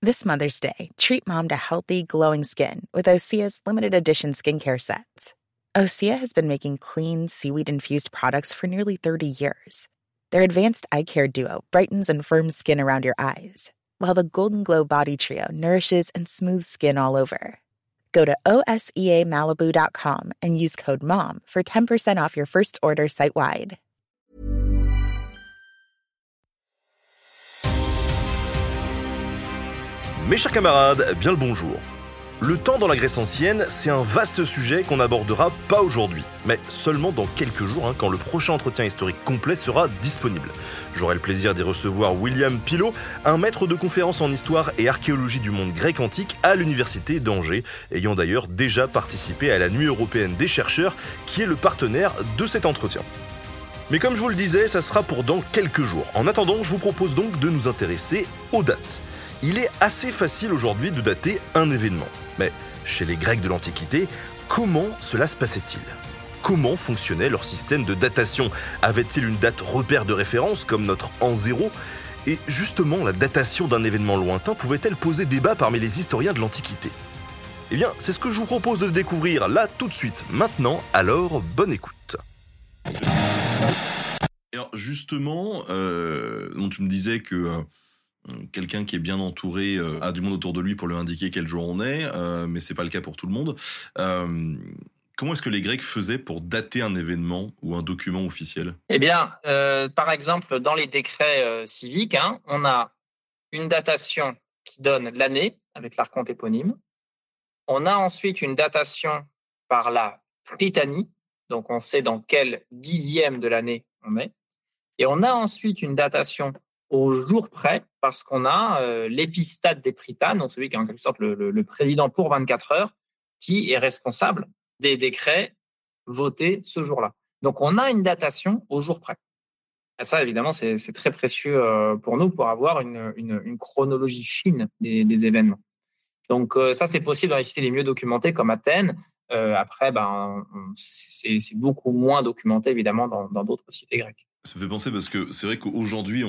This Mother's Day, treat mom to healthy, glowing skin with Osea's limited edition skincare sets. Osea has been making clean, seaweed-infused products for nearly 30 years. Their advanced eye care duo brightens and firms skin around your eyes, while the Golden Glow Body Trio nourishes and smooths skin all over. Go to OSEAMalibu.com and use code MOM for 10% off your first order site-wide. Mes chers camarades, bien le bonjour. Le temps dans la Grèce ancienne, c'est un vaste sujet qu'on n'abordera pas aujourd'hui, mais seulement dans quelques jours, quand le prochain entretien historique complet sera disponible. J'aurai le plaisir d'y recevoir William Pilot, un maître de conférences en histoire et archéologie du monde grec antique à l'université d'Angers, ayant d'ailleurs déjà participé à la Nuit européenne des chercheurs, qui est le partenaire de cet entretien. Mais comme je vous le disais, ça sera pour dans quelques jours. En attendant, je vous propose donc de nous intéresser aux dates. Il est assez facile aujourd'hui de dater un événement. Mais chez les Grecs de l'Antiquité, comment cela se passait-il ? Comment fonctionnait leur système de datation ? Avait-il une date repère de référence comme notre an 0 ? Et justement, la datation d'un événement lointain pouvait-elle poser débat parmi les historiens de l'Antiquité ? Eh bien, c'est ce que je vous propose de découvrir là tout de suite, maintenant, alors bonne écoute. Alors justement, tu me disais que quelqu'un qui est bien entouré a du monde autour de lui pour lui indiquer quel jour on est, mais c'est pas le cas pour tout le monde. Comment est-ce que les Grecs faisaient pour dater un événement ou un document officiel ? Eh bien, par exemple, dans les décrets civiques, on a une datation qui donne l'année avec l'archonte éponyme. On a ensuite une datation par la prytanie, donc on sait dans quel dixième de l'année on est. Et on a ensuite une datation au jour près, parce qu'on a l'épistate des prytanes, donc celui qui est en quelque sorte le président pour 24 heures, qui est responsable des décrets votés ce jour-là. Donc, on a une datation au jour près. Et ça, évidemment, c'est très précieux pour nous pour avoir une chronologie fine des événements. Donc, ça, c'est possible dans les cités les mieux documentées, comme Athènes. Après, c'est beaucoup moins documenté, évidemment, dans d'autres cités grecques. Ça me fait penser parce que c'est vrai qu'aujourd'hui,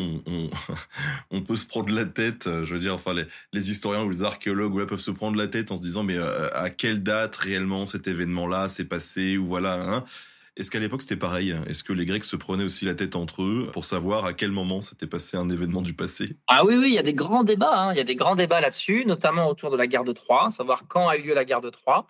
on peut se prendre la tête, les historiens ou les archéologues peuvent se prendre la tête en se disant mais à quelle date réellement cet événement-là s'est passé ou voilà. Est-ce qu'à l'époque c'était pareil ? Est-ce que les Grecs se prenaient aussi la tête entre eux pour savoir à quel moment s'était passé un événement du passé ? Ah oui, il y a des grands débats. Il y a des grands débats là-dessus, notamment autour de la guerre de Troie, savoir quand a eu lieu la guerre de Troie,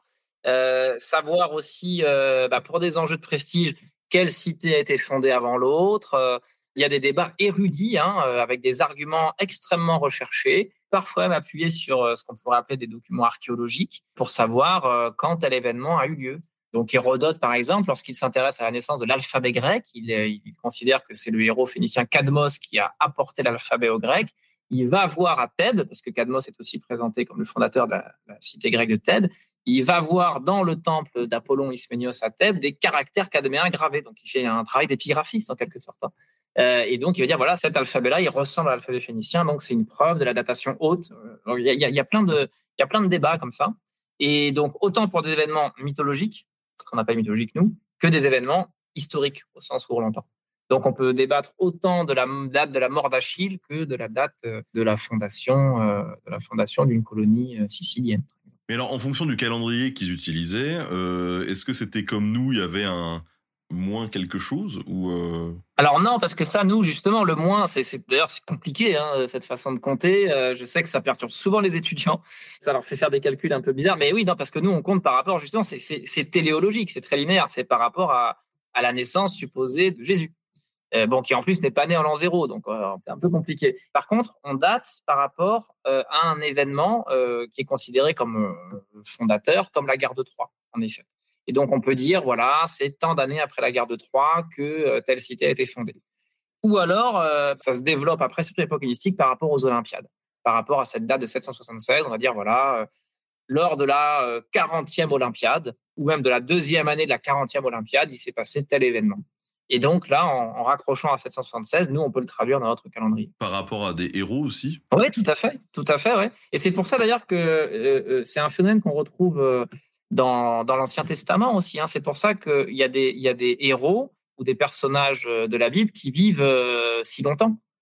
savoir aussi pour des enjeux de prestige, quelle cité a été fondée avant l'autre. Il y a des débats érudits avec des arguments extrêmement recherchés, parfois même appuyés sur ce qu'on pourrait appeler des documents archéologiques pour savoir quand tel événement a eu lieu. Donc Hérodote, par exemple, lorsqu'il s'intéresse à la naissance de l'alphabet grec, il considère que c'est le héros phénicien Cadmos qui a apporté l'alphabet au grec. Il va voir à Thèbes, parce que Cadmos est aussi présenté comme le fondateur de la cité grecque de Thèbes. Il va voir dans le temple d'Apollon Isménios à Thèbes des caractères cadméens gravés. Donc, il fait un travail d'épigraphiste en quelque sorte. Et donc, il va dire, voilà, cet alphabet-là, il ressemble à l'alphabet phénicien. Donc, c'est une preuve de la datation haute. Il y a plein de débats comme ça. Et donc, autant pour des événements mythologiques, ce qu'on appelle mythologiques nous, que des événements historiques au sens où on l'entend. Donc, on peut débattre autant de la date de la mort d'Achille que de la date de la fondation d'une colonie sicilienne. Mais alors, en fonction du calendrier qu'ils utilisaient, est-ce que c'était comme nous, il y avait un moins quelque chose ou Alors non, parce que ça, nous, justement, le moins, d'ailleurs, c'est compliqué, cette façon de compter. Je sais que ça perturbe souvent les étudiants. Ça leur fait faire des calculs un peu bizarres. Mais oui, non, parce que nous, on compte par rapport, justement, c'est téléologique, c'est très linéaire. C'est par rapport à la naissance supposée de Jésus. Qui en plus n'est pas né en l'an 0, donc c'est un peu compliqué. Par contre, on date par rapport à un événement qui est considéré comme fondateur, comme la guerre de Troie, en effet. Et donc, on peut dire, voilà, c'est tant d'années après la guerre de Troie que telle cité a été fondée. Ou alors, ça se développe après, surtout à l'époque hellénistique, par rapport aux Olympiades. Par rapport à cette date de 776, on va dire, voilà, lors de la 40e Olympiade, ou même de la deuxième année de la 40e Olympiade, il s'est passé tel événement. Et donc là, en raccrochant à 776, nous, on peut le traduire dans notre calendrier. Par rapport à des héros aussi ? Oui, tout à fait, ouais. Et c'est pour ça d'ailleurs que c'est un phénomène qu'on retrouve dans l'Ancien Testament aussi. C'est pour ça qu'il y a des héros ou des personnages de la Bible qui vivent si longtemps.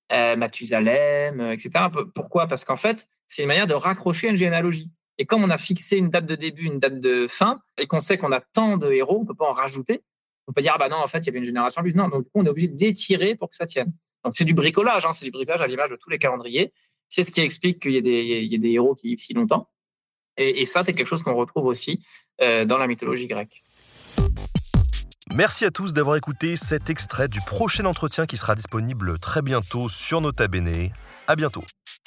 Mathusalem, etc. Pourquoi ? Parce qu'en fait, c'est une manière de raccrocher une généalogie. Et comme on a fixé une date de début, une date de fin, et qu'on sait qu'on a tant de héros, on ne peut pas en rajouter. On peut dire, non, en fait, il y avait une génération en plus. Non, donc du coup, on est obligé d'étirer pour que ça tienne. Donc, c'est du bricolage, c'est du bricolage à l'image de tous les calendriers. C'est ce qui explique qu'il y ait des héros qui vivent si longtemps. Et ça, c'est quelque chose qu'on retrouve aussi dans la mythologie grecque. Merci à tous d'avoir écouté cet extrait du prochain entretien qui sera disponible très bientôt sur Nota Bene. À bientôt.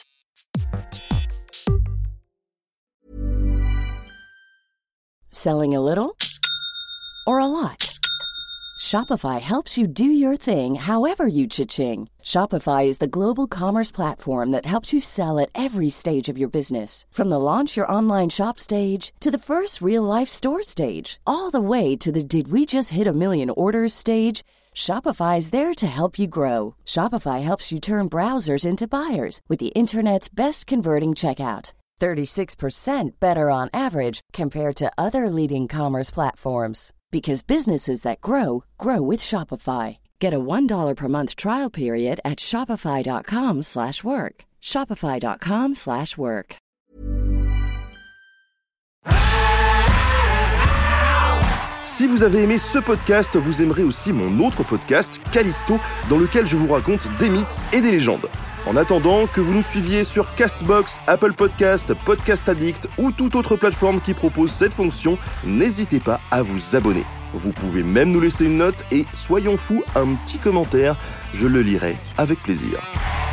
Selling a little or a lot? Shopify helps you do your thing however you cha-ching. Shopify is the global commerce platform that helps you sell at every stage of your business. From the launch your online shop stage to the first real-life store stage, all the way to the did we just hit a million orders stage. Shopify is there to help you grow. Shopify helps you turn browsers into buyers with the internet's best converting checkout. 36% better on average compared to other leading commerce platforms. Because businesses that grow, grow with Shopify. Get a $1 per month trial period at shopify.com/work. Shopify.com/work. Si vous avez aimé ce podcast, vous aimerez aussi mon autre podcast, Callisto, dans lequel je vous raconte des mythes et des légendes. En attendant que vous nous suiviez sur Castbox, Apple Podcast, Podcast Addict ou toute autre plateforme qui propose cette fonction, n'hésitez pas à vous abonner. Vous pouvez même nous laisser une note et, soyons fous, un petit commentaire, je le lirai avec plaisir.